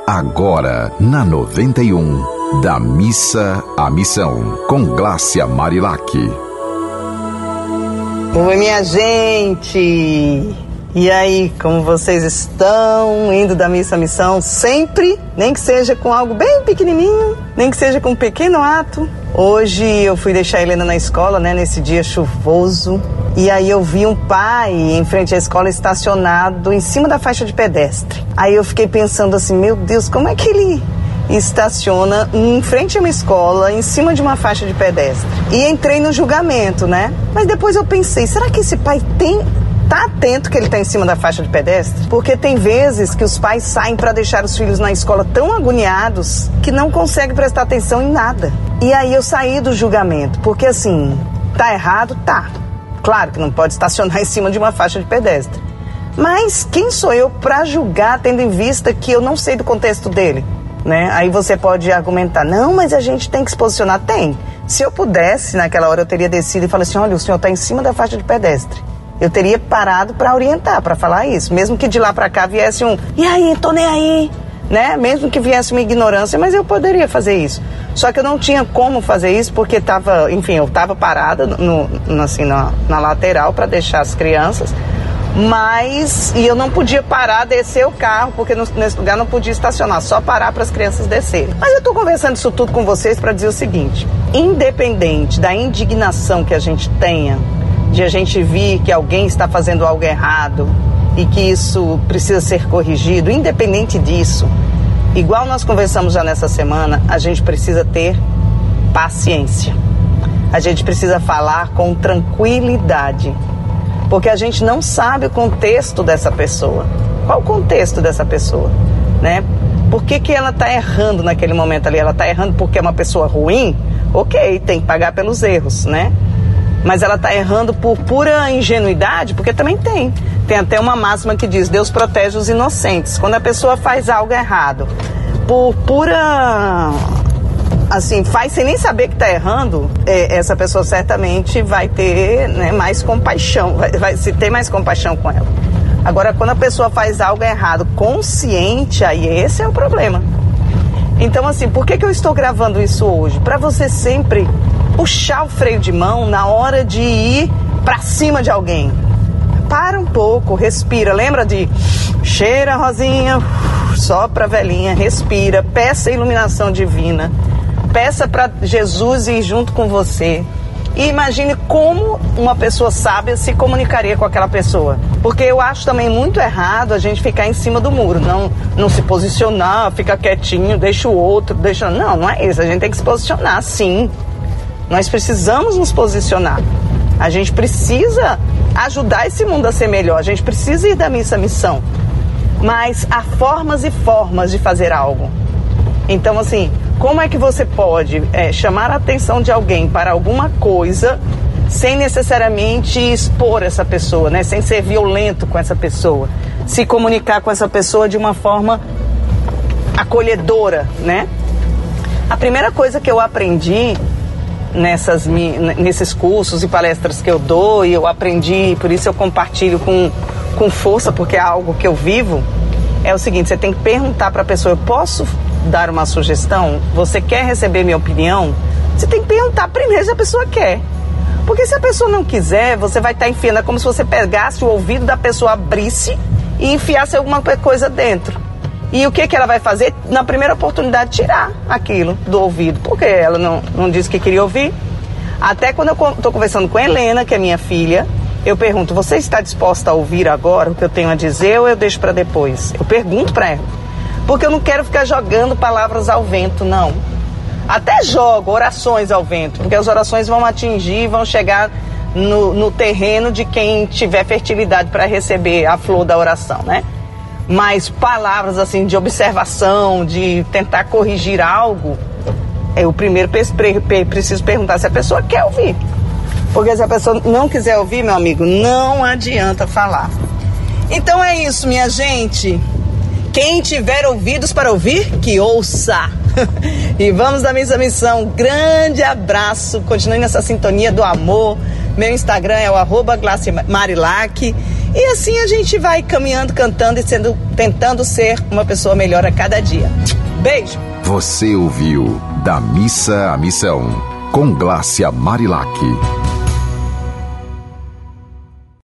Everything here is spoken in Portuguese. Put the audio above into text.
Agora, na 91, da Missa à Missão, com Glácia Marilac. Oi, minha gente! E aí, como vocês estão? Indo da missa à missão sempre, nem que seja com algo bem pequenininho, nem que seja com um pequeno ato. Hoje eu fui deixar a Helena na escola, né, nesse dia chuvoso. E aí eu vi um pai em frente à escola estacionado em cima da faixa de pedestre. Aí eu fiquei pensando assim, meu Deus, como é que ele estaciona em frente a uma escola, em cima de uma faixa de pedestre? E entrei no julgamento, né? Mas depois eu pensei, será que esse pai tá atento que ele tá em cima da faixa de pedestre? Porque tem vezes que os pais saem para deixar os filhos na escola tão agoniados que não conseguem prestar atenção em nada. E aí eu saí do julgamento, porque assim, tá errado? Tá. Claro que não pode estacionar em cima de uma faixa de pedestre. Mas quem sou eu para julgar, tendo em vista que eu não sei do contexto dele, né? Aí você pode argumentar, não, mas a gente tem que se posicionar. Tem. Se eu pudesse, naquela hora eu teria descido e falado assim, olha, o senhor está em cima da faixa de pedestre. Eu teria parado para orientar, para falar isso. Mesmo que de lá para cá viesse um, e aí, tô nem aí, né? Mesmo que viesse uma ignorância, mas eu poderia fazer isso. Só que eu não tinha como fazer isso porque eu estava parada na lateral para deixar as crianças, e eu não podia parar, descer o carro, porque nesse lugar não podia estacionar, só parar para as crianças descerem. Mas eu estou conversando isso tudo com vocês para dizer o seguinte, independente da indignação que a gente tenha, de a gente vir que alguém está fazendo algo errado e que isso precisa ser corrigido, independente disso, igual nós conversamos já nessa semana, a gente precisa ter paciência. A gente precisa falar com tranquilidade, porque a gente não sabe o contexto dessa pessoa. Qual o contexto dessa pessoa, né? Por que ela está errando naquele momento ali? Ela está errando porque é uma pessoa ruim? Ok, tem que pagar pelos erros, né? Mas ela está errando por pura ingenuidade? Porque também tem. Tem até uma máxima que diz, Deus protege os inocentes. Quando a pessoa faz algo errado, por pura... assim, faz sem nem saber que está errando, essa pessoa certamente vai ter, né, mais compaixão, vai se ter mais compaixão com ela. Agora, quando a pessoa faz algo errado consciente, aí esse é o problema. Então, assim, por que eu estou gravando isso hoje? Para você sempre puxar o freio de mão na hora de ir para cima de alguém. Para um pouco, respira, lembra de cheira rosinha, sopra a velhinha, respira, peça a iluminação divina, peça para Jesus ir junto com você e imagine como uma pessoa sábia se comunicaria com aquela pessoa. Porque eu acho também muito errado a gente ficar em cima do muro, não se posicionar, ficar quietinho, deixa o outro, não é isso, a gente tem que se posicionar, sim. Nós precisamos nos posicionar. A gente precisa ajudar esse mundo a ser melhor. A gente precisa ir da missa à missão. Mas há formas e formas de fazer algo. Então, assim, como é que você pode chamar a atenção de alguém para alguma coisa sem necessariamente expor essa pessoa, né? Sem ser violento com essa pessoa. Se comunicar com essa pessoa de uma forma acolhedora, né? A primeira coisa que eu aprendi nesses cursos e palestras que eu dou, e eu aprendi, por isso eu compartilho com força, porque é algo que eu vivo, é o seguinte, você tem que perguntar para a pessoa, eu posso dar uma sugestão? Você quer receber minha opinião? Você tem que perguntar primeiro se a pessoa quer. Porque se a pessoa não quiser, você vai estar enfiando, é como se você pegasse o ouvido da pessoa, abrisse e enfiasse alguma coisa dentro. E o que ela vai fazer? Na primeira oportunidade, tirar aquilo do ouvido, porque ela não disse que queria ouvir. Até quando eu estou conversando com a Helena, que é minha filha, eu pergunto, você está disposta a ouvir agora o que eu tenho a dizer ou eu deixo para depois? Eu pergunto para ela, porque eu não quero ficar jogando palavras ao vento, não. Até jogo orações ao vento, porque as orações vão atingir, vão chegar no terreno de quem tiver fertilidade para receber a flor da oração, né? Mas palavras assim de observação, de tentar corrigir algo, eu primeiro preciso perguntar se a pessoa quer ouvir. Porque se a pessoa não quiser ouvir, meu amigo, não adianta falar. Então é isso, minha gente. Quem tiver ouvidos para ouvir, que ouça. E vamos da missa à missão. Grande abraço. Continue nessa sintonia do amor. Meu Instagram é o @GláciaMarilac. E assim a gente vai caminhando, cantando e tentando ser uma pessoa melhor a cada dia. Beijo! Você ouviu Da Missa à Missão, com Glácia Marilac.